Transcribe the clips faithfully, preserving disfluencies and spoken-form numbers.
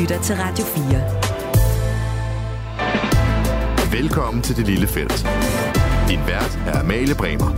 lytter til Radio fire. Velkommen til Det Lille Felt. Din vært er Amalie Bremer.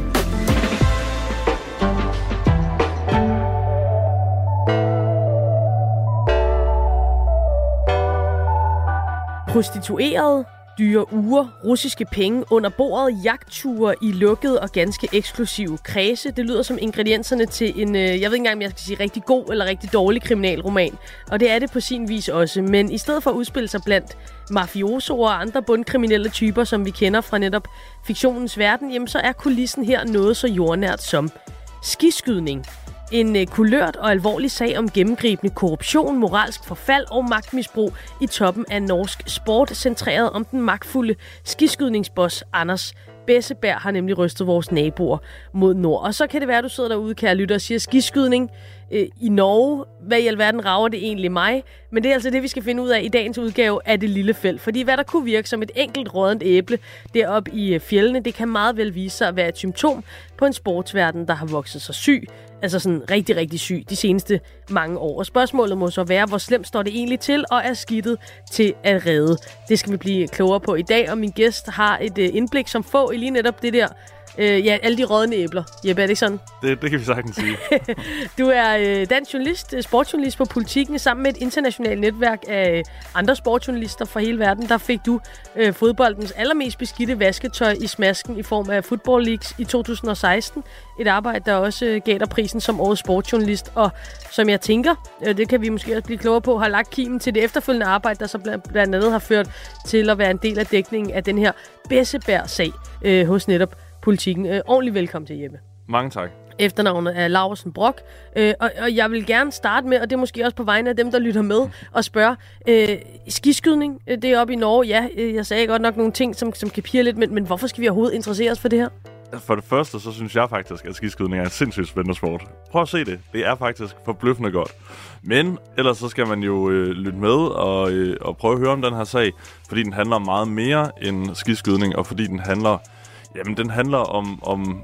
Prostituerede, dyre uger, russiske penge under bordet, jagtture i lukkede og ganske eksklusive kredse. Det lyder som ingredienserne til en, jeg ved ikke engang, om jeg skal sige rigtig god eller rigtig dårlig kriminalroman. Og det er det på sin vis også. Men i stedet for at udspille sig blandt mafiosoer og andre bundkriminelle typer, som vi kender fra netop fiktionens verden, jamen så er kulissen her noget så jordnært som skiskydning. En øh, kulørt og alvorlig sag om gennemgribende korruption, moralsk forfald og magtmisbrug i toppen af norsk sport, centreret om den magtfulde skiskydningsboss Anders Besseberg har nemlig rystet vores naboer mod nord. Og så kan det være, at du sidder derude, kære lytter, og siger skiskydning øh, i Norge. Hvad i alverden rager det egentlig mig? Men det er altså det, vi skal finde ud af i dagens udgave af Det Lille Felt. Fordi hvad der kunne virke som et enkelt råddent æble deroppe i fjeldene, det kan meget vel vise sig at være et symptom på en sportsverden, der har vokset sig syg. Altså sådan rigtig, rigtig syg de seneste mange år. Og spørgsmålet må så være, hvor slemt står det egentlig til, og er skidtet til at redde? Det skal vi blive klogere på i dag, og min gæst har et øh, indblik som få i lige netop det der, øh, ja, alle de rådne æbler. Jeppe, er det ikke sådan? Det, det kan vi sagtens sige. Du er øh, dansk journalist, sportsjournalist på Politiken, sammen med et internationalt netværk af øh, andre sportsjournalister fra hele verden. Der fik du øh, fodboldens allermest beskidte vasketøj i smasken i form af Football Leagues i to tusind og seksten. Et arbejde, der også øh, gav dig prisen som årets sportsjournalist, og som jeg tænker, øh, det kan vi måske også blive klogere på, har lagt kimen til det efterfølgende arbejde, der så blandt, blandt andet har ført til at være en del af dækningen af den her Besseberg-sag øh, hos netop Politiken. Øh, ordentligt velkommen til, Jeppe. Mange tak. Efternavnet er Laursen Brock, øh, og, og jeg vil gerne starte med, og det er måske også på vegne af dem, der lytter med, og spørge, øh, skiskydning, det er oppe i Norge, ja, jeg sagde godt nok nogle ting, som, som kan pirre lidt, men, men hvorfor skal vi overhovedet interessere os for det her? For det første, så synes jeg faktisk, at skiskydning er en sindssygt spændende sport. Prøv at se det. Det er faktisk forbløffende godt. Men ellers så skal man jo øh, lytte med og, øh, og prøve at høre om den her sag, fordi den handler om meget mere end skiskydning, og fordi den handler, jamen, den handler om, om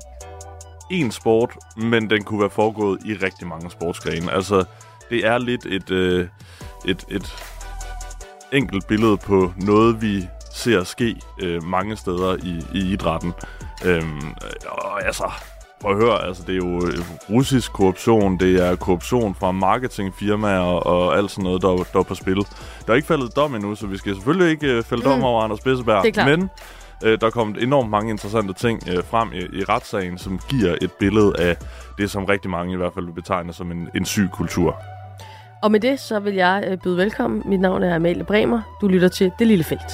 én sport, men den kunne være foregået i rigtig mange sportsgrene. Altså, det er lidt et, øh, et, et enkelt billede på noget, vi ser ske øh, mange steder i, i idrætten. Øhm, og altså, prøv at høre, altså, det er jo russisk korruption, det er korruption fra marketingfirmaer og alt sådan noget, der, der er på spil. Der er ikke faldet dom endnu, så vi skal selvfølgelig ikke øh, fælde dom mm. over Anders Besseberg, men øh, der er kommet enormt mange interessante ting øh, frem i, i retssagen, som giver et billede af det, som rigtig mange i hvert fald vil betegne som en, en syg kultur. Og med det, så vil jeg øh, byde velkommen. Mit navn er Amalie Bremer. Du lytter til Det Lille Felt.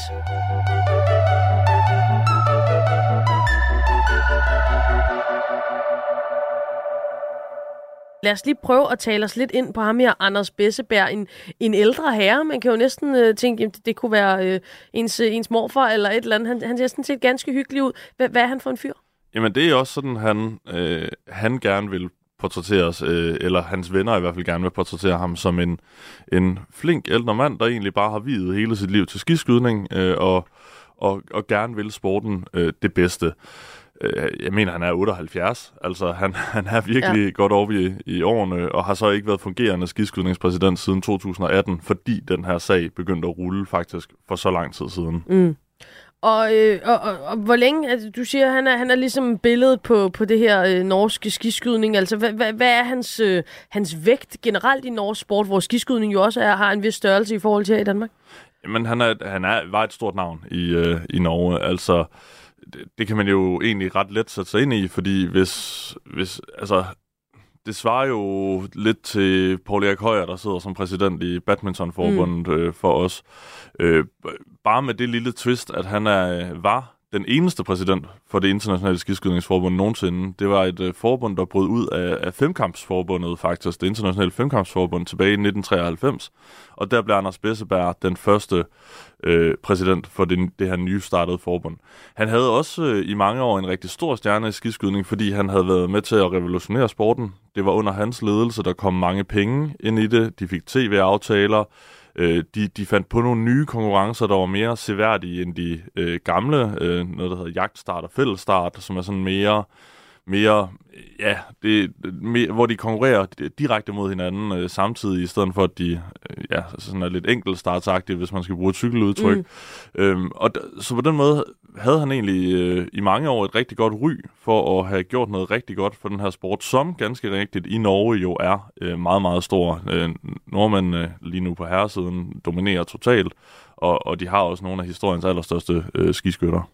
Lad os lige prøve at tale os lidt ind på ham her, Anders Besseberg, en, en ældre herre. Man kan jo næsten øh, tænke, at det kunne være øh, ens, ens morfar eller et eller andet. Han, han ser sådan set ganske hyggelig ud. Hvad, hvad er han for en fyr? Jamen, det er også sådan, han, øh, han gerne vil portrætteres, øh, eller hans venner i hvert fald gerne vil portrættere ham som en, en flink ældre mand, der egentlig bare har viet hele sit liv til skiskydning, øh, og, og, og gerne vil sporten øh, det bedste. Jeg mener, han er otteoghalvfjerds. Altså, han, han er virkelig ja. godt oppe i, i årene, og har så ikke været fungerende skiskydningspræsident siden to tusind og atten, fordi den her sag begyndte at rulle faktisk for så lang tid siden. Mm. Og, øh, og, og, og hvor længe, altså, du siger, han er, han er ligesom billedet på, på det her øh, norske skiskydning. Altså, hvad, hvad, hvad er hans, øh, hans vægt generelt i norsk sport, hvor skiskydning jo også er, har en vis størrelse i forhold til her i Danmark? Jamen, han, er, han er, var et stort navn i, øh, i Norge. Altså, det, det kan man jo egentlig ret let sætte sig ind i, fordi hvis, hvis altså, det svarer jo lidt til Poul Erik Højer, der sidder som præsident i badmintonforbundet mm. øh, for os. Øh, bare med det lille twist, at han er, var den eneste præsident for det internationale skiskydningsforbund nogensinde. Det var et øh, forbund, der brød ud af, af femkampsforbundet faktisk, det internationale femkampsforbund, tilbage i nitten treoghalvfems. Og der blev Anders Besseberg den første øh, præsident for det, det her nystartede forbund. Han havde også øh, i mange år en rigtig stor stjerne i skiskydning, fordi han havde været med til at revolutionere sporten. Det var under hans ledelse, der kom mange penge ind i det. De fik tv-aftaler. Øh, de, de fandt på nogle nye konkurrencer, der var mere seværdige end de øh, gamle. Øh, noget, der hedder jagtstart og fællesstart, som er sådan mere... mere ja, det, mere, hvor de konkurrerer direkte mod hinanden øh, samtidig, i stedet for, at de ja, sådan er lidt enkeltstartsagtigt, hvis man skal bruge et cykeludtryk. Mm. Øhm, og d- så på den måde havde han egentlig øh, i mange år et rigtig godt ry for at have gjort noget rigtig godt for den her sport, som ganske rigtigt i Norge jo er øh, meget, meget stor. Øh, nordmændene lige nu på herresiden dominerer totalt, og, og de har også nogle af historiens allerstørste øh, skiskytter.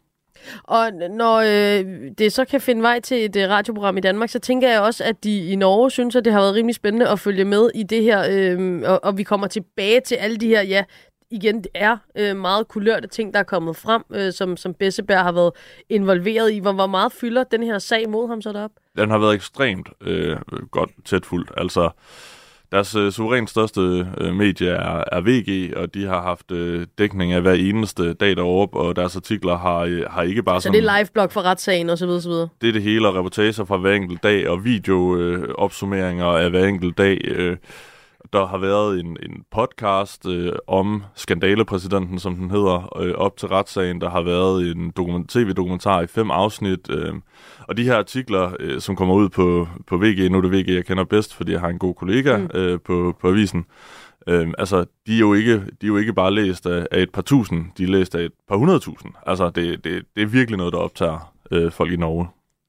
Og når øh, det så kan finde vej til et øh, radioprogram i Danmark, så tænker jeg også, at de i Norge synes, at det har været rimelig spændende at følge med i det her, øh, og, og vi kommer tilbage til alle de her, ja, igen, det er øh, meget kulørte ting, der er kommet frem, øh, som, som Besseberg har været involveret i. Hvor, hvor meget fylder den her sag mod ham så derop? Den har været ekstremt øh, godt tætfuldt. Altså, deres øh, suverænt største øh, medie er, er V G, og de har haft øh, dækning af hver eneste dag deroppe, og deres artikler har, øh, har ikke bare så sådan... Så det er liveblog for retssagen og så videre, så videre? Det er det hele, og reportager fra hver enkelt dag, og videoopsummeringer øh, af hver enkelt dag. Øh, der har været en, en podcast øh, om Skandalepræsidenten, som den hedder, øh, op til retssagen. Der har været en dokument- tv-dokumentar i fem afsnit, øh, og de her artikler, øh, som kommer ud på, på V G, nu er det V G, jeg kender bedst, fordi jeg har en god kollega mm. øh, på, på avisen, øh, altså, de er, jo ikke, de er jo ikke bare læst af, af et par tusind, de er læst af et par hundredtusind. Altså, det, det, det er virkelig noget, der optager øh, folk i Norge.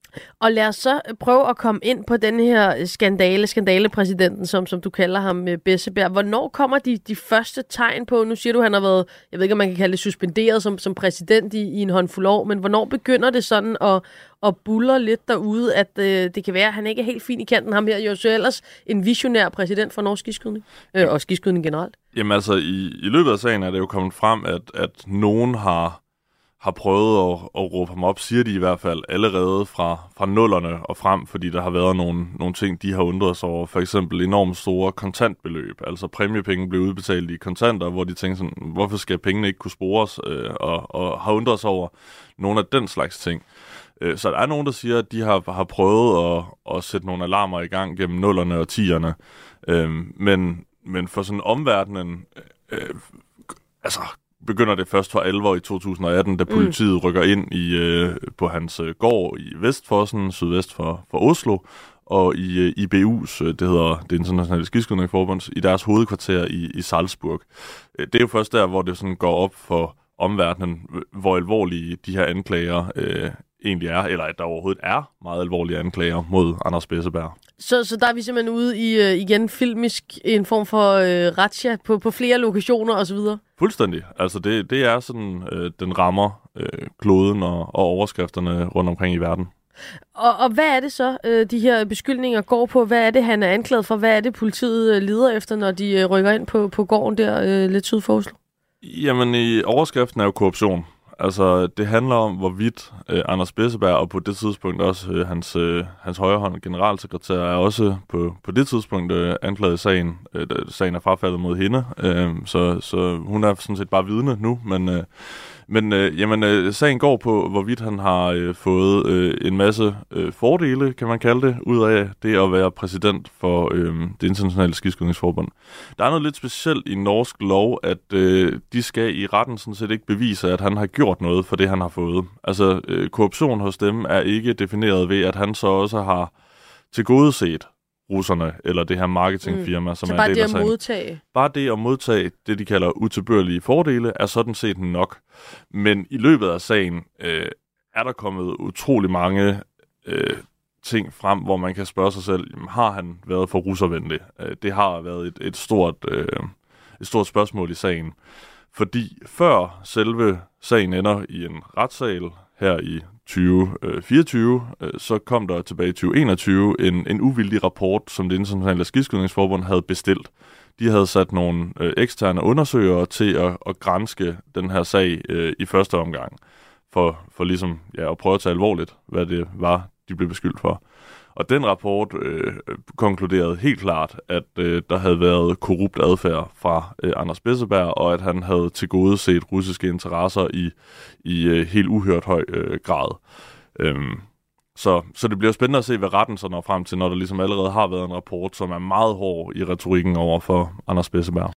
Og lad os så prøve at komme ind på den her skandale, skandalepræsidenten, som, som du kalder ham, Besseberg. Hvornår kommer de, de første tegn på, nu siger du, han har været, jeg ved ikke, om man kan kalde det suspenderet som, som præsident i, i en håndfuld år, men hvornår begynder det sådan at, at buldre lidt derude, at øh, det kan være, at han ikke er helt fin i kanten? Ham her jo så ellers en visionær præsident for norsk skiskydning, øh, og skiskydning generelt. Jamen altså, i, i løbet af sagen er det jo kommet frem, at, at nogen har... har prøvet at, at råbe ham op, siger de i hvert fald, allerede fra, fra nullerne og frem, fordi der har været nogle, nogle ting, de har undret sig over. For eksempel enormt store kontantbeløb. Altså præmiepenge blev udbetalt i kontanter, hvor de tænkte sådan, hvorfor skal pengene ikke kunne spores, øh, og, og har undret sig over nogle af den slags ting. Øh, så der er nogen, der siger, at de har, har prøvet at, at sætte nogle alarmer i gang gennem nullerne og tierne. Øh, men, men for sådan omverdenen, øh, altså... begynder det først for alvor i to tusind og atten, da politiet mm. rykker ind i øh, på hans øh, gård i Vestfossen, sydvest for, for Oslo, og i, øh, I B U's, øh, det hedder det internationale skiskydningsforbund, i deres hovedkvarter i, i Salzburg. Det er jo først der, hvor det sådan går op for omverdenen, hvor alvorlige de her anklager øh, egentlig er, eller at der overhovedet er meget alvorlige anklager mod Anders Besseberg. Så, så der er vi simpelthen ude i, øh, igen, filmisk, en form for øh, razzia på, på flere lokationer osv.? Fuldstændig. Altså det, det er sådan, øh, den rammer øh, kloden og, og overskrifterne rundt omkring i verden. Og, og hvad er det så, øh, de her beskyldninger går på? Hvad er det, han er anklaget for? Hvad er det, politiet øh, leder efter, når de øh, rykker ind på, på gården der øh, lidt syd for Oslo? Jamen, i overskriften er jo korruption. Altså, det handler om, hvorvidt øh, Anders Besseberg, og på det tidspunkt også øh, hans, øh, hans højrehånd generalsekretær, er også på, på det tidspunkt øh, anklaget i sagen. Øh, sagen er frafaldet mod hende, øh, så, så hun er sådan set bare vidne nu, men... Øh, Men øh, jamen, øh, sagen går på, hvorvidt han har øh, fået øh, en masse øh, fordele, kan man kalde det, ud af det at være præsident for øh, det internationale skiskydningsforbund. Der er noget lidt specielt i norsk lov, at øh, de skal i retten sådan set ikke bevise, at han har gjort noget for det, han har fået. Altså, øh, korruption hos dem er ikke defineret ved, at han så også har tilgodeset russerne, eller det her marketingfirma, mm. som så er en del af sagen. Bare det at modtage? Bare det at modtage det, de kalder utilbørlige fordele, er sådan set nok. Men i løbet af sagen øh, er der kommet utrolig mange øh, ting frem, hvor man kan spørge sig selv, jamen, har han været for russervenlig? Øh, det har været et, et, stort, øh, et stort spørgsmål i sagen. Fordi før selve sagen ender i en retssal her i tyve fireogtyve, så kom der tilbage i tyve enogtyve en, en uvildig rapport, som det internationale skiskydningsforbund havde bestilt. De havde sat nogle øh, eksterne undersøgere til at, at granske den her sag øh, i første omgang, for, for ligesom ja, at prøve at tage alvorligt, hvad det var, de blev beskyldt for. Og den rapport øh, konkluderede helt klart, at øh, der havde været korrupt adfærd fra øh, Anders Besseberg, og at han havde tilgodeset russiske interesser i, i øh, helt uhørt høj øh, grad. Øhm, så, så det bliver spændende at se, hvad retten så når frem til, når der ligesom allerede har været en rapport, som er meget hård i retorikken over for Anders Besseberg.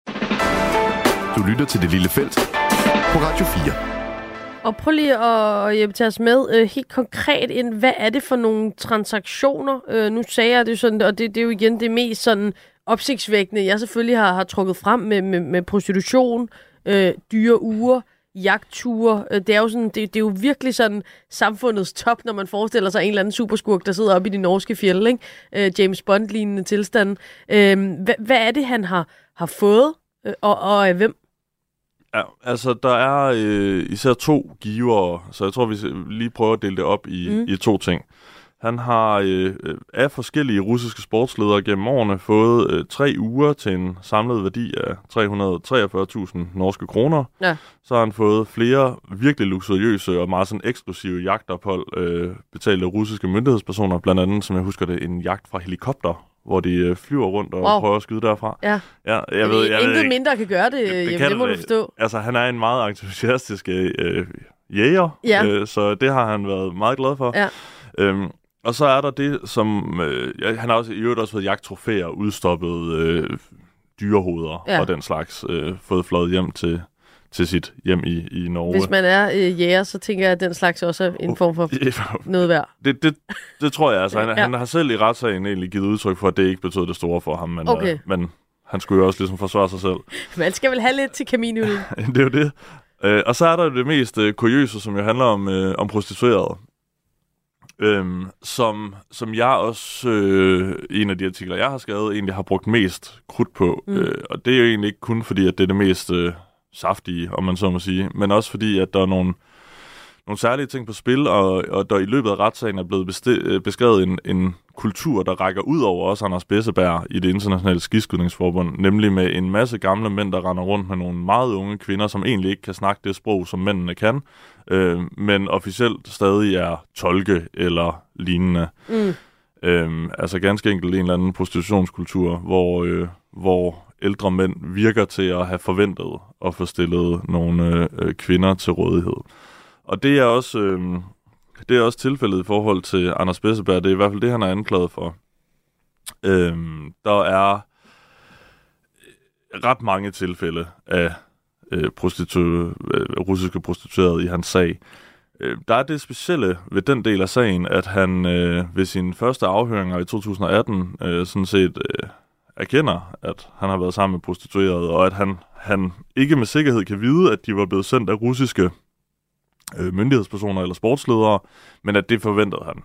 Du lytter til Det Lille Felt på Radio fire. Og prøv lige at hjælpe til os med øh, helt konkret ind, hvad er det for nogle transaktioner? Øh, nu sagde jeg det sådan, og det, det er jo igen det mest sådan opsigtsvækkende, jeg selvfølgelig har, har trukket frem med, med, med prostitution, øh, dyre uger, jagtture. Det er jo sådan, det, det er jo virkelig sådan samfundets top, når man forestiller sig en eller anden superskurk, der sidder oppe i de norske fjelde, ikke? Øh, James Bond-lignende tilstand. Øh, hvad, hvad er det, han har, har fået, øh, og, og af hvem? Ja, altså der er øh, især to givere, så jeg tror, vi lige prøver at dele det op i, mm. i to ting. Han har øh, af forskellige russiske sportsledere gennem årene fået øh, tre uger til en samlet værdi af tre hundrede og treogfyrre tusind norske kroner. Ja. Så har han fået flere virkelig luksuriøse og meget sådan eksklusive jagtophold øh, betalt af russiske myndighedspersoner. Blandt andet, som jeg husker det, en jagt fra helikopter, hvor de øh, flyver rundt og wow. prøver at skyde derfra. Ja. Ja, jeg ved, jeg Intet ved, mindre kan gøre det, det, det, jamen, det må du forstå. Altså, han er en meget entusiastisk øh, jæger, ja. øh, så det har han været meget glad for. Ja. Øhm, Og så er der det, som... Øh, ja, han har også i øvrigt også fået jagttrofæer, udstoppet øh, dyrehoveder ja. og den slags, øh, fået fløjet hjem til, til sit hjem i, i Norge. Hvis man er øh, jæger, så tænker jeg, at den slags også er en form for noget værd. Det, det, det tror jeg altså. Han, ja. han har selv i retssagen egentlig givet udtryk for, at det ikke betød det store for ham, men, okay. øh, men han skulle jo også ligesom forsvare sig selv. Man skal vel have lidt til kaminhylden. Det er jo det. Øh, og så er der jo det mest øh, kuriøse, som jo handler om, øh, om prostituerede. Øhm, som, som jeg også, øh, en af de artikler, jeg har skrevet, egentlig har brugt mest krudt på. Mm. Øh, og det er jo egentlig ikke kun fordi, at det er det mest øh, saftige, om man så må sige, men også fordi, at der er nogle, nogle særlige ting på spil, og, og der i løbet af retssagen er blevet besti- beskrevet en, en kultur, der rækker ud over også Anders Besseberg i det internationale skiskydningsforbund, nemlig med en masse gamle mænd, der render rundt med nogle meget unge kvinder, som egentlig ikke kan snakke det sprog, som mændene kan, øh, men officielt stadig er tolke eller lignende. Mm. Øh, altså ganske enkelt en eller anden prostitutionskultur, hvor, øh, hvor ældre mænd virker til at have forventet at få stillet nogle øh, kvinder til rådighed. Og det er også... Øh, Det er også tilfældet i forhold til Anders Besseberg. Det er i hvert fald det, han er anklaget for. Øhm, der er ret mange tilfælde af øh, prostitu- øh, russiske prostituerede i hans sag. Øh, der er det specielle ved den del af sagen, at han øh, ved sine første afhøringer i to tusind og atten øh, sådan set øh, erkender, at han har været sammen med prostituerede, og at han, han ikke med sikkerhed kan vide, at de var blevet sendt af russiske myndighedspersoner eller sportsledere, men at det forventede han.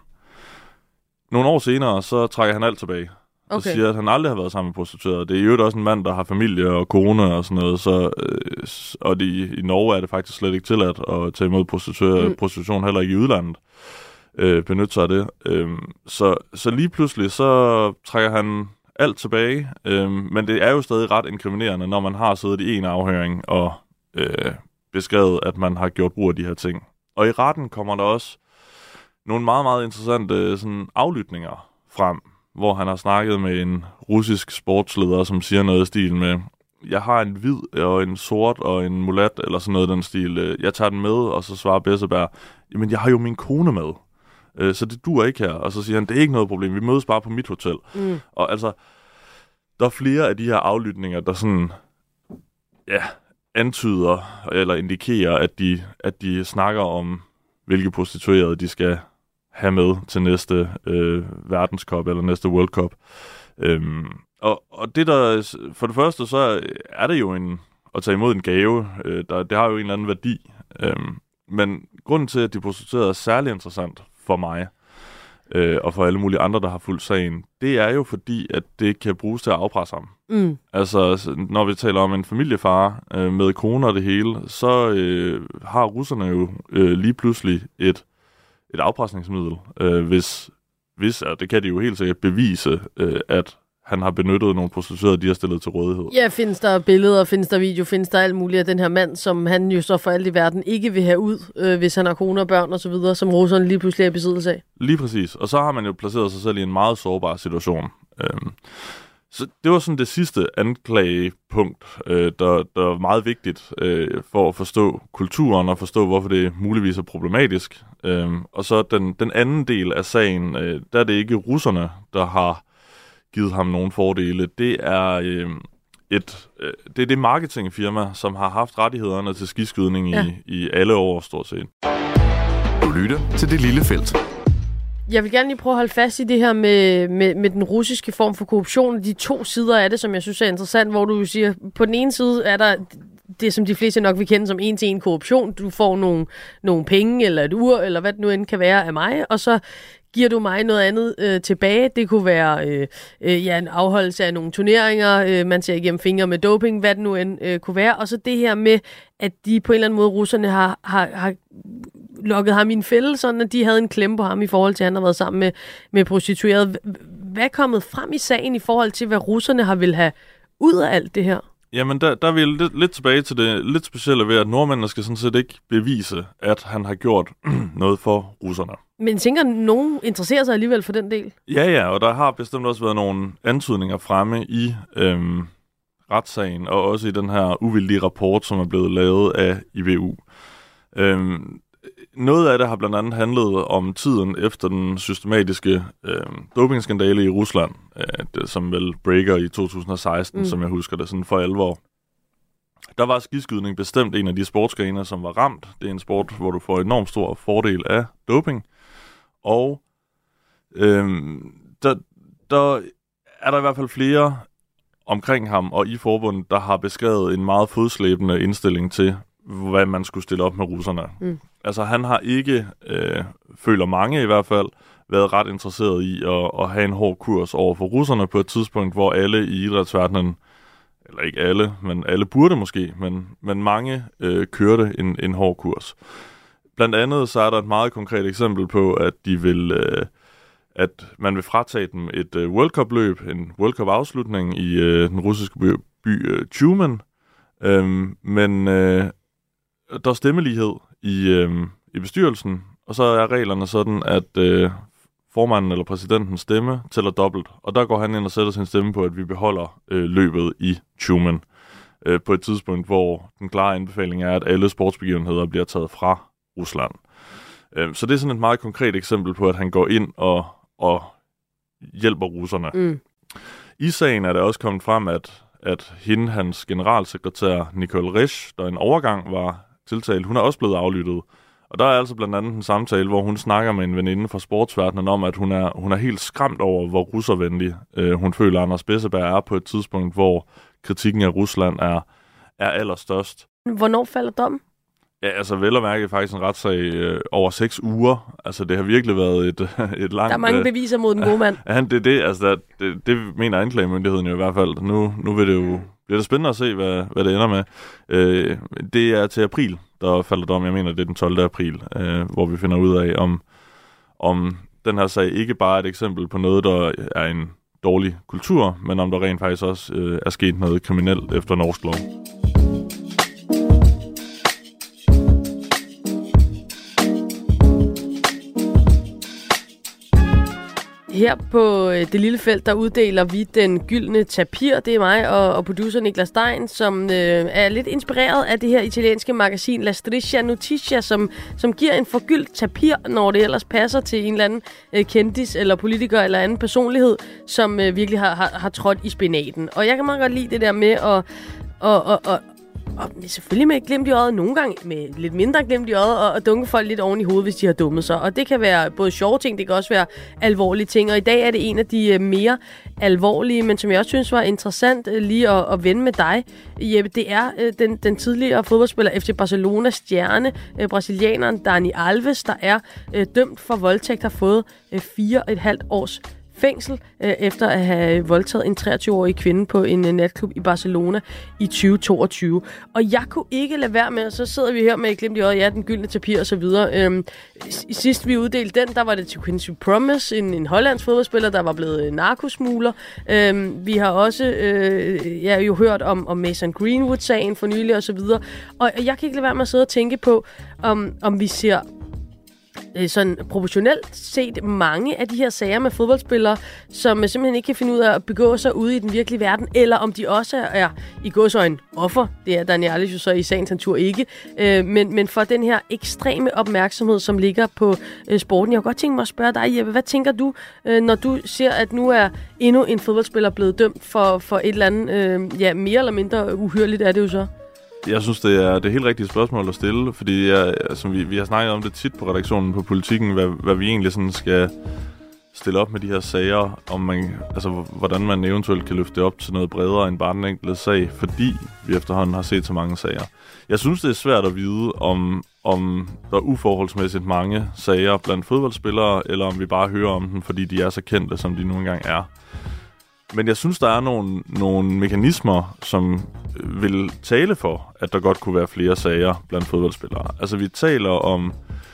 Nogle år senere, så trækker han alt tilbage. Og okay. siger, at han aldrig har været sammen med prostituerede. Det er jo også en mand, der har familie og kone og sådan noget, så, øh, og de, i Norge er det faktisk slet ikke tilladt at tage imod prostitu- mm. prostitution, heller ikke i udlandet, øh, benytte sig af det. Øh, så, så lige pludselig, så trækker han alt tilbage, øh, men det er jo stadig ret inkriminerende, når man har siddet i en afhøring og øh, beskrevet, at man har gjort brug af de her ting. Og i retten kommer der også nogle meget, meget interessante sådan, aflytninger frem, hvor han har snakket med en russisk sportsleder, som siger noget i stil med, jeg har en hvid og en sort og en mulat, eller sådan noget den stil. Jeg tager den med, og så svarer Besseberg, jamen jeg har jo min kone med, så det duer ikke her. Og så siger han, det er ikke noget problem, vi mødes bare på mit hotel. Mm. Og altså, der er flere af de her aflytninger, der sådan, ja, antyder eller indikerer, at de, at de snakker om, hvilke prostituerede de skal have med til næste øh, verdenscup eller næste World Cup. Øhm, og, og det der, for det første, så er det jo en, at tage imod en gave, øh, der, det har jo en eller anden værdi. Øhm, men grunden til, at de prostituerede er særlig interessant for mig, øh, og for alle mulige andre, der har fulgt sagen, det er jo fordi, at det kan bruges til at afpresse ham. Mm. Altså, når vi taler om en familiefar øh, med kone og det hele, så øh, har russerne jo øh, lige pludselig et, et afpresningsmiddel, øh, hvis, hvis, og det kan de jo helt sikkert bevise, øh, at han har benyttet nogle prostituerede, de har stillet til rådighed. Ja, findes der billeder, findes der video, findes der alt muligt af den her mand, som han jo så for alt i verden ikke vil have ud, øh, hvis han har kone og børn og så videre, som russerne lige pludselig er i besiddelse af. Lige præcis. Og så har man jo placeret sig selv i en meget sårbar situation. Øhm, så det var sådan det sidste anklagepunkt, øh, der, der er meget vigtigt øh, for at forstå kulturen og forstå, hvorfor det muligvis er problematisk. Øhm, og så den, den anden del af sagen, øh, der er det ikke russerne, der har givet ham nogle fordele. Det er øh, et øh, det er det marketingfirma, som har haft rettighederne til skiskydning ja. i, i alle år stort set. Du lytter til Det Lille Felt. Jeg vil gerne lige prøve at holde fast i det her med, med, med den russiske form for korruption. De to sider af det, som jeg synes er interessant, hvor du siger, på den ene side er der det, som de fleste nok vil kende som en-til-en korruption. Du får nogle, nogle penge eller et ur, eller hvad det nu end kan være af mig, og så giver du mig noget andet øh, tilbage. Det kunne være øh, øh, ja, en afholdelse af nogle turneringer, øh, man ser igennem fingre med doping, hvad det nu end øh, kunne være. Og så det her med, at de på en eller anden måde, russerne har, har, har lukket ham i en fælde, sådan at de havde en klemme på ham i forhold til, at han har været sammen med, med prostituerede. Hvad er kommet frem i sagen i forhold til, hvad russerne har vil have ud af alt det her? Jamen, der, der er vi lidt, lidt tilbage til det lidt specielle ved, at nordmændene skal sådan set ikke bevise, at han har gjort noget for russerne. Men tænker, at nogen interesserer sig alligevel for den del? Ja, ja, og der har bestemt også været nogle antydninger fremme i øhm, retssagen, og også i den her uvildige rapport, som er blevet lavet af I V U. Øhm, noget af det har blandt andet handlet om tiden efter den systematiske øh, dopingskandale i Rusland, øh, det, som vel breaker i to tusind og seksten, mm. som jeg husker det, sådan for alvor. Der var skiskydning bestemt en af de sportsgrene, som var ramt. Det er en sport, hvor du får enormt stor fordel af doping. Og øh, der, der er der i hvert fald flere omkring ham og i forbundet, der har beskrevet en meget fodslæbende indstilling til, hvad man skulle stille op med russerne. Mm. Altså, han har ikke, øh, føler mange i hvert fald, været ret interesseret i at, at have en hård kurs over for russerne på et tidspunkt, hvor alle i idrætsverdenen, eller ikke alle, men alle burde måske, men, men mange øh, kørte en, en hård kurs. Blandt andet så er der et meget konkret eksempel på, at de vil, øh, at man vil fratage dem et øh, World Cup-løb, en World Cup-afslutning i øh, den russiske by, by øh, Tyumen, øhm, men øh, der er stemmelighed i, øh, i bestyrelsen, og så er reglerne sådan, at øh, formanden eller præsidentens stemme tæller dobbelt. Og der går han ind og sætter sin stemme på, at vi beholder øh, løbet i Tyumen. Øh, på et tidspunkt, hvor den klare anbefaling er, at alle sportsbegivenheder bliver taget fra Rusland. Øh, så det er sådan et meget konkret eksempel på, at han går ind og, og hjælper russerne. Mm. I sagen er det også kommet frem, at, at hende, hans generalsekretær Nicole Risch, der en overgang var tiltalt, hun er også blevet aflyttet. Og der er altså blandt andet en samtale, hvor hun snakker med en veninde fra sportsverdenen om, at hun er, hun er helt skræmt over, hvor russervenlig øh, hun føler, Anders Besseberg er på et tidspunkt, hvor kritikken af Rusland er, er allerstørst. Hvornår falder dommen? Ja, altså vel at mærke faktisk en retssag øh, over seks uger. Altså det har virkelig været et, et langt... Der er mange beviser mod den gode mand. Ja, det, det, altså, det, det, det mener anklagemyndigheden jo i hvert fald. Nu, nu vil det jo... bliver det spændende at se, hvad, hvad det ender med. Øh, det er til april, der falder dom. Jeg mener, det er den tolvte april, øh, hvor vi finder ud af, om, om den her sag ikke bare er et eksempel på noget, der er en dårlig kultur, men om der rent faktisk også øh, er sket noget kriminelt efter norsk lov. Her på Det Lille Felt, der uddeler vi den gyldne tapir. Det er mig og, og producer Niklas Stein, som øh, er lidt inspireret af det her italienske magasin La Striscia Notizia, som, som giver en forgyldt tapir, når det ellers passer til en eller anden øh, kendis eller politiker eller anden personlighed, som øh, virkelig har, har, har trådt i spinaten. Og jeg kan meget godt lide det der med at... Og, og, og, og selvfølgelig med glimt i øjet, nogle gange med lidt mindre glimt i øjet, og, og dunke folk lidt oven i hovedet, hvis de har dummet sig. Og det kan være både sjove ting, det kan også være alvorlige ting. Og i dag er det en af de uh, mere alvorlige, men som jeg også synes var interessant uh, lige at, at vende med dig, Jeppe. Det er uh, den, den tidligere fodboldspiller F C Barcelona stjerne, uh, brasilianeren Dani Alves, der er uh, dømt for voldtægt, har fået uh, fire og et halvt års fængsel, øh, efter at have voldtaget en treogtyve-årig kvinde på en uh, natklub i Barcelona i tyve toogtyve. Og jeg kunne ikke lade være med, og så sidder vi her med et glimt i øjet, ja, den gyldne tapir og så videre. Øhm, sidst vi uddelte den, der var det til Quincy Promes, en, en hollandsk fodboldspiller, der var blevet narkosmugler. Øhm, vi har også øh, ja, jo hørt om, om Mason Greenwood-sagen for nylig og så videre. Og jeg kan ikke lade være med at sidde og tænke på, om, om vi ser sådan proportionelt set mange af de her sager med fodboldspillere, som simpelthen ikke kan finde ud af at begå sig ude i den virkelige verden, eller om de også er i gåseøjne offer. Det er Daniel Alves jo så i sagens natur ikke. Øh, men, men for den her ekstreme opmærksomhed, som ligger på øh, sporten. Jeg kunne godt tænke mig at spørge dig, Jeppe, hvad tænker du, øh, når du ser, at nu er endnu en fodboldspiller blevet dømt for, for et eller andet, øh, ja, mere eller mindre uhyrligt er det jo så? Jeg synes, det er det helt rigtige spørgsmål at stille, fordi jeg, altså, vi, vi har snakket om det tit på redaktionen på Politikken, hvad, hvad vi egentlig sådan skal stille op med de her sager, om man, altså, hvordan man eventuelt kan løfte det op til noget bredere end bare den enkelte sag, fordi vi efterhånden har set så mange sager. Jeg synes, det er svært at vide, om, om der er uforholdsmæssigt mange sager blandt fodboldspillere, eller om vi bare hører om dem, fordi de er så kendte, som de nu engang er. Men jeg synes, der er nogle, nogle mekanismer, som vil tale for, at der godt kunne være flere sager blandt fodboldspillere. Altså, vi taler om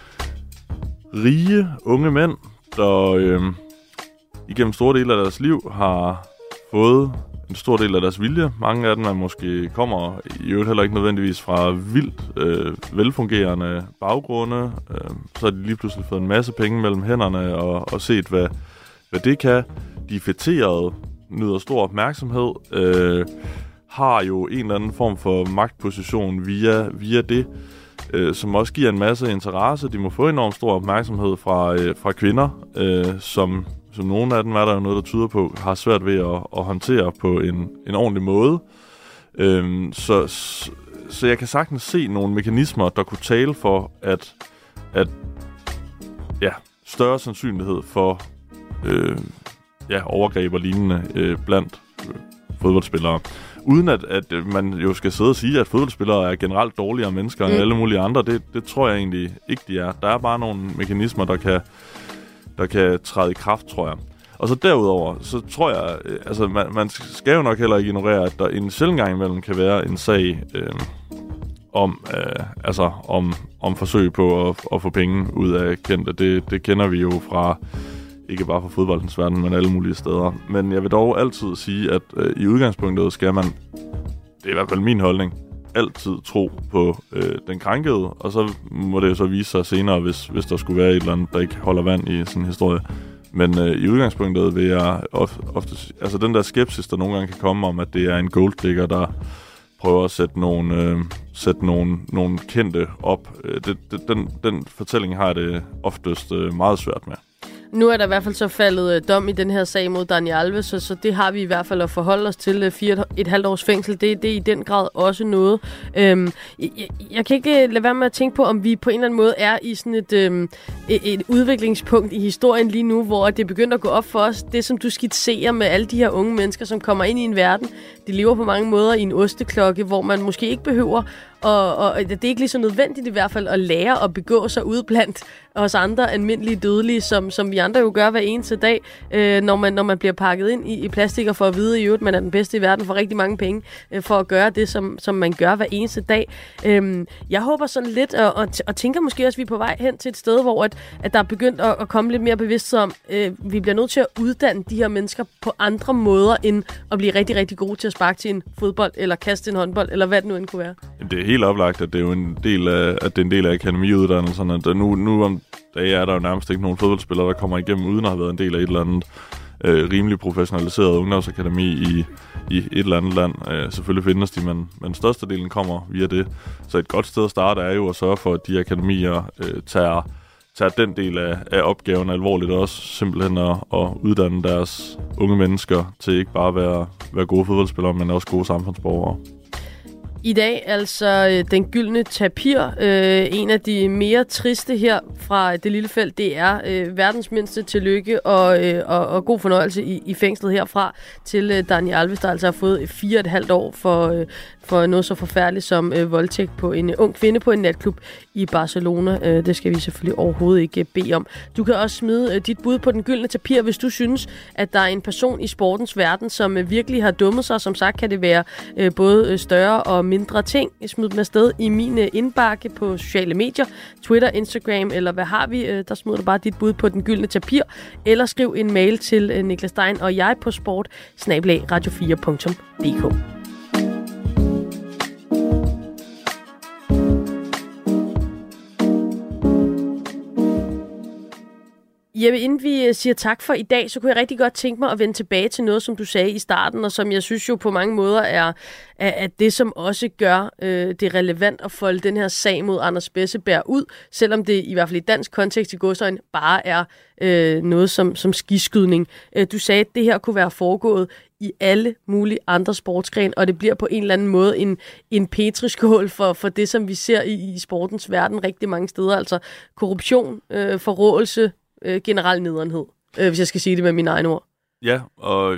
rige, unge mænd, der øh, igennem store dele af deres liv har fået en stor del af deres vilje. Mange af dem er måske kommer i øvrigt heller ikke nødvendigvis fra vildt øh, velfungerende baggrunde. Øh, så har de lige pludselig fået en masse penge mellem hænderne og, og set, hvad, hvad det kan. De er fætterede, nyder stor opmærksomhed, øh, har jo en eller anden form for magtposition via, via det, øh, som også giver en masse interesse. De må få enormt stor opmærksomhed fra, øh, fra kvinder, øh, som, som nogle af dem er der jo noget, der tyder på, har svært ved at, at håndtere på en, en ordentlig måde. Øh, så, så jeg kan sagtens se nogle mekanismer, der kunne tale for, at, at ja, større sandsynlighed for øh, ja, overgreb og lignende øh, blandt øh, fodboldspillere. Uden at, at man jo skal sidde og sige, at fodboldspillere er generelt dårligere mennesker mm. end alle mulige andre. Det, det tror jeg egentlig ikke, de er. Der er bare nogle mekanismer, der kan, der kan træde i kraft, tror jeg. Og så derudover, så tror jeg, øh, altså man, man skal jo nok heller ikke ignorere, at der en sjældent gang imellem kan være en sag øh, om, øh, altså om, om forsøg på at, at få penge ud af kendte. Det, det kender vi jo fra, ikke bare fra fodboldens verden, men alle mulige steder. Men jeg vil dog altid sige, at øh, i udgangspunktet skal man, det er i hvert fald min holdning, altid tro på øh, den krænkede, og så må det jo så vise sig senere, hvis, hvis der skulle være et eller andet, der ikke holder vand i sådan en historie. Men øh, i udgangspunktet vil jeg ofte, ofte, altså den der skepsis, der nogle gange kan komme om, at det er en golddigger, der prøver at sætte nogle, øh, sætte nogle, nogle kendte op. Øh, det, det, den, den fortælling har jeg det oftest øh, meget svært med. Nu er der i hvert fald så faldet øh, dom i den her sag mod Dani Alves, så, så det har vi i hvert fald at forholde os til. Øh, fire et halvt års fængsel, det, det er i den grad også noget. Øhm, jeg, jeg kan ikke lade være med at tænke på, om vi på en eller anden måde er i sådan et, øhm, et, et udviklingspunkt i historien lige nu, hvor det begynder at gå op for os. Det, som du skitserer med alle de her unge mennesker, som kommer ind i en verden, de lever på mange måder i en osteklokke, hvor man måske ikke behøver, og, og det er ikke lige så nødvendigt i hvert fald at lære at begå sig ud blandt os andre almindelige dødelige, som, som vi andre jo gør hver eneste dag, øh, når, man, når man bliver pakket ind i, i plastik og for at vide i øvrigt, man er den bedste i verden for rigtig mange penge, øh, for at gøre det, som, som man gør hver eneste dag. Øh, jeg håber sådan lidt, og, og, og tænker måske også, at vi er på vej hen til et sted, hvor at, at der er begyndt at, at komme lidt mere bevidsthed om, øh, vi bliver nødt til at uddanne de her mennesker på andre måder, end at blive rigtig, rigtig gode til at sparke til en fodbold, eller kaste en håndbold, eller hvad det nu end kunne være. Det er helt oplagt, at det er jo en del af, at det er en del af akademiuddannelserne. Der nu, nu om dagen er der jo nærmest ikke nogen fodboldspillere, der kommer igennem, uden at have været en del af et eller andet øh, rimelig professionaliseret ungdomsakademi i, i et eller andet land. Øh, selvfølgelig findes de, men, men størstedelen kommer via det. Så et godt sted at starte er jo at sørge for, at de akademier øh, tager, tager den del af, af opgaven alvorligt, og også simpelthen at, at uddanne deres unge mennesker til ikke bare at være, være gode fodboldspillere, men også gode samfundsborgere. I dag altså den gyldne tapir, øh, en af de mere triste her fra Det Lille Felt, det er øh, verdens mindste tillykke og, øh, og, og god fornøjelse i, i fængslet herfra til øh, Dani Alves, der altså har fået fire og et halvt år for, øh, for noget så forfærdeligt som øh, voldtægt på en øh, ung kvinde på en natklub i Barcelona. Øh, det skal vi selvfølgelig overhovedet ikke øh, bede om. Du kan også smide øh, dit bud på den gyldne tapir, hvis du synes, at der er en person i sportens verden, som øh, virkelig har dummet sig. Som sagt kan det være øh, både større og mindre ting. Smid dem afsted i min uh, indbakke på sociale medier, Twitter, Instagram, eller hvad har vi? Uh, der smider du bare dit bud på den gyldne tapir, eller skriv en mail til uh, Niklas Stein og jeg på sport snabel-a radio fire punktum d k. Jeppe, inden vi siger tak for i dag, så kunne jeg rigtig godt tænke mig at vende tilbage til noget, som du sagde i starten, og som jeg synes jo på mange måder er, er, er det, som også gør øh, det relevant at folde den her sag mod Anders Besseberg ud, selvom det i hvert fald i dansk kontekst i godsøjne bare er øh, noget som, som skiskydning. Øh, du sagde, at det her kunne være foregået i alle mulige andre sportsgrene, og det bliver på en eller anden måde en, en petriskål for, for det, som vi ser i, i sportens verden rigtig mange steder. Altså korruption, øh, forrådelse, øh, generel nederenhed, øh, hvis jeg skal sige det med mine egne ord. Ja, og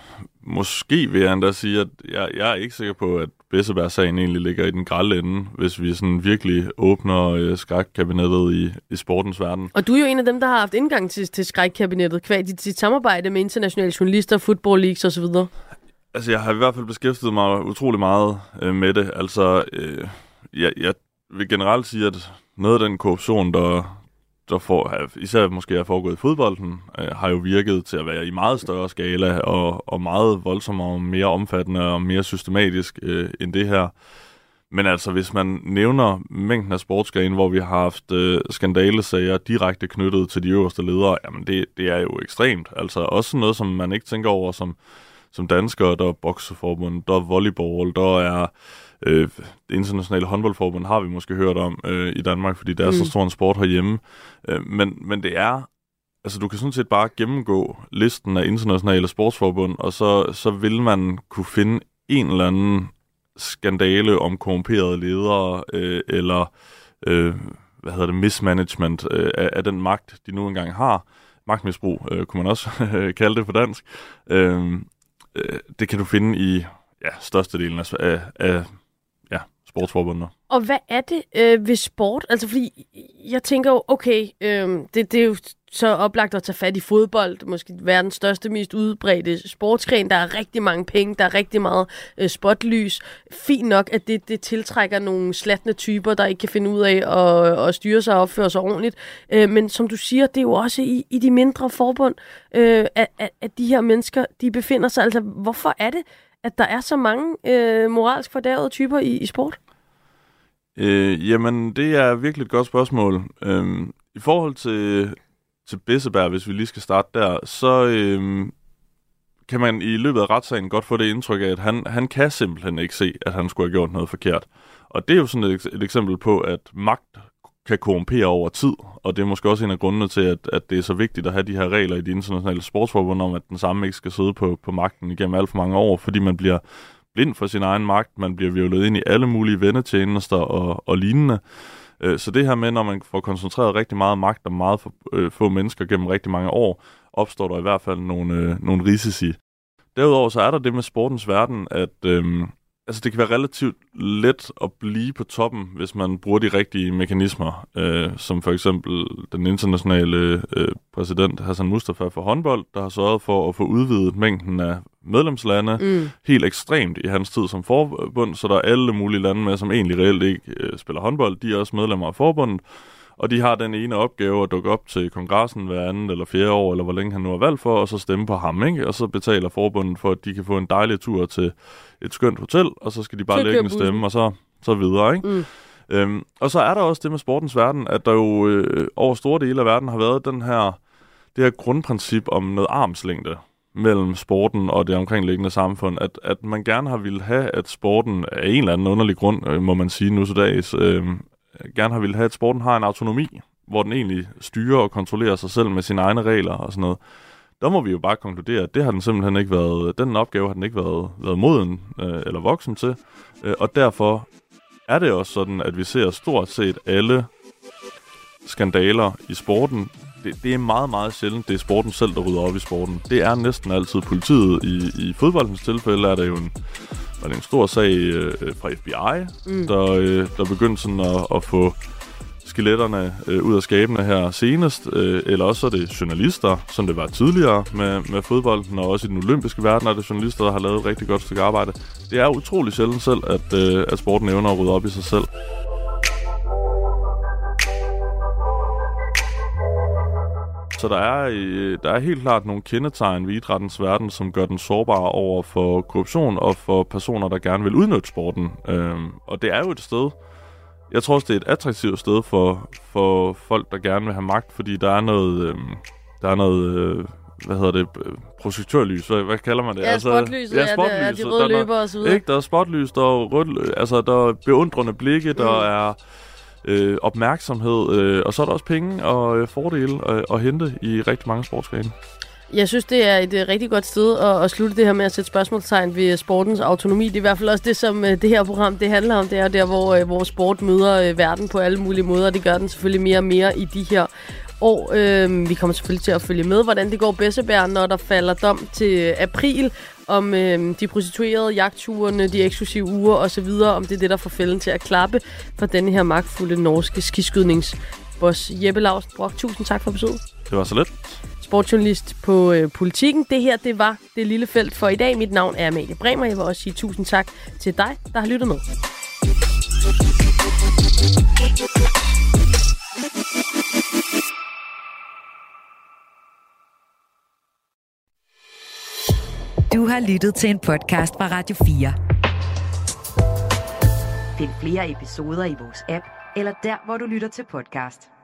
måske vil jeg endda sige, at jeg, jeg er ikke sikker på, at Besseberg-sagen egentlig ligger i den grælde ende, hvis vi sådan virkelig åbner øh, skrækkabinettet i, i sportens verden. Og du er jo en af dem, der har haft indgang til, til skrækkabinettet, kvad dit, dit samarbejde med internationale journalister, football leagues osv. Altså, jeg har i hvert fald beskæftiget mig utrolig meget øh, med det. Altså, øh, jeg, jeg vil generelt sige, at noget af den korruption, der... der får, især måske er foregået i fodbolden, øh, har jo virket til at være i meget større skala og, og meget voldsommere og mere omfattende og mere systematisk øh, end det her. Men altså, hvis man nævner mængden af sportsgrene, hvor vi har haft øh, skandalesager direkte knyttet til de øverste ledere, jamen det, det er jo ekstremt. Altså også noget, som man ikke tænker over som, som danskere. Der er bokseforbund, der er volleyball, der er... Øh, det internationale håndboldforbund har vi måske hørt om øh, i Danmark, fordi det er mm. så stor en sport herhjemme. Øh, men, men det er, altså du kan sådan set bare gennemgå listen af internationale sportsforbund, og så, så vil man kunne finde en eller anden skandale om korrumperede ledere, øh, eller øh, hvad hedder det, mismanagement øh, af, af den magt, de nu engang har. Magtmisbrug, øh, kunne man også kalde det på dansk. Øh, øh, det kan du finde i ja, størstedelen af, af, af ja, sportsforbundet. Og hvad er det øh, ved sport? Altså fordi, jeg tænker jo, okay, øh, det, det er jo så oplagt at tage fat i fodbold, måske verdens største, mest udbredte sportsgren. Der er rigtig mange penge, der er rigtig meget øh, spotlys. Fint nok, at det, det tiltrækker nogle slatne typer, der ikke kan finde ud af at, at styre sig og opføre sig ordentligt. Øh, men som du siger, det er jo også i, i de mindre forbund, øh, at, at, at de her mennesker, de befinder sig. Altså, hvorfor er det, at der er så mange øh, moralsk fordærvede typer i, i sport? Øh, jamen, det er virkelig et godt spørgsmål. Øhm, I forhold til, til Besseberg, hvis vi lige skal starte der, så øhm, kan man i løbet af retssagen godt få det indtryk af, at han, han kan simpelthen ikke se, at han skulle have gjort noget forkert. Og det er jo sådan et, et eksempel på, at magt kan korrumpere over tid, og det er måske også en af grundene til, at, at det er så vigtigt at have de her regler i de internationale sportsforbund om, at den samme ikke skal sidde på, på magten igennem alt for mange år, fordi man bliver blind for sin egen magt, man bliver hvirvlet ind i alle mulige vennetjenester og, og lignende. Så det her med, når man får koncentreret rigtig meget magt og meget for, øh, få mennesker gennem rigtig mange år, opstår der i hvert fald nogle, øh, nogle risici. Derudover så er der det med sportens verden, at øh, altså det kan være relativt let at blive på toppen, hvis man bruger de rigtige mekanismer, øh, som for eksempel den internationale øh, præsident Hassan Mustafa for håndbold, der har sørget for at få udvidet mængden af medlemslande mm. helt ekstremt i hans tid som forbund, så der er alle mulige lande med, som egentlig reelt ikke øh, spiller håndbold, de er også medlemmer af forbundet, og de har den ene opgave at dukke op til kongressen hver anden eller fjerde år, eller hvor længe han nu er valgt for, og så stemme på ham, ikke? Og så betaler forbundet for, at de kan få en dejlig tur til et skønt hotel, og så skal de bare lægge en stemme, og så, så videre, ikke? Mm. Øhm, og så er der også det med sportens verden, at der jo øh, over store dele af verden har været den her, det her grundprincip om noget armslængde mellem sporten og det omkringliggende samfund, at, at man gerne har ville have, at sporten af en eller anden underlig grund, øh, må man sige nu til dags, øh, gerne har ville have, at sporten har en autonomi, hvor den egentlig styrer og kontrollerer sig selv med sine egne regler og sådan noget. Der må vi jo bare konkludere, at det har den simpelthen ikke været, den opgave har den ikke været, været moden øh, eller voksen til, øh, og derfor er det også sådan, at vi ser stort set alle skandaler i sporten. Det, det er meget, meget sjældent, det er sporten selv, der rydder op i sporten. Det er næsten altid politiet. I, i fodboldens tilfælde er der jo en, er det en stor sag øh, fra F B I, mm. der, øh, der begyndte sådan at, at få skeletterne øh, ud af skabene her senest. Øh, eller også er det journalister, som det var tidligere med, med fodbolden, og også i den olympiske verden er det journalister, der har lavet et rigtig godt stykke arbejde. Det er utrolig sjældent selv, at, øh, at sporten evner at rydde op i sig selv. Så der er, der er helt klart nogle kendetegn ved idrættens verden, som gør den sårbar over for korruption og for personer, der gerne vil udnytte sporten. Øhm, og det er jo et sted, jeg tror også, det er et attraktivt sted for, for folk, der gerne vil have magt, fordi der er noget, øhm, der er noget øh, hvad hedder det, projektørlys, hvad, hvad kalder man det? Ja, altså, spotlyset, ja, spotlyset, ja, det er de røde løber og så videre. Ikke, der er spotlys, der er, rød, altså, der er beundrende blikke, mm. der er Øh, opmærksomhed, øh, og så er der også penge og øh, fordele øh, at hente i rigtig mange sportsgrene. Jeg synes, det er et uh, rigtig godt sted at, at slutte det her med at sætte spørgsmålstegn ved sportens autonomi. Det er i hvert fald også det, som uh, det her program det handler om. Det er der, hvor, uh, hvor sport møder uh, verden på alle mulige måder. Det gør den selvfølgelig mere og mere i de her år. Uh, vi kommer selvfølgelig til at følge med, hvordan det går Bessebær, når der falder dom til uh, april. Om øh, de prostituerede, jagtturene, de eksklusive uger osv., om det er det, der får fælden til at klappe for denne her magtfulde norske skiskydningsboss. Jeppe Lausen Brock, tusind tak for besøget. Det var så lidt. Sportsjournalist på øh, Politikken. Det her, det var Det Lille Felt for i dag. Mit navn er Amalie Bremer. Jeg vil også sige tusind tak til dig, der har lyttet med. Du har lyttet til en podcast fra Radio fire. Find flere episoder i vores app, eller der, hvor du lytter til podcast.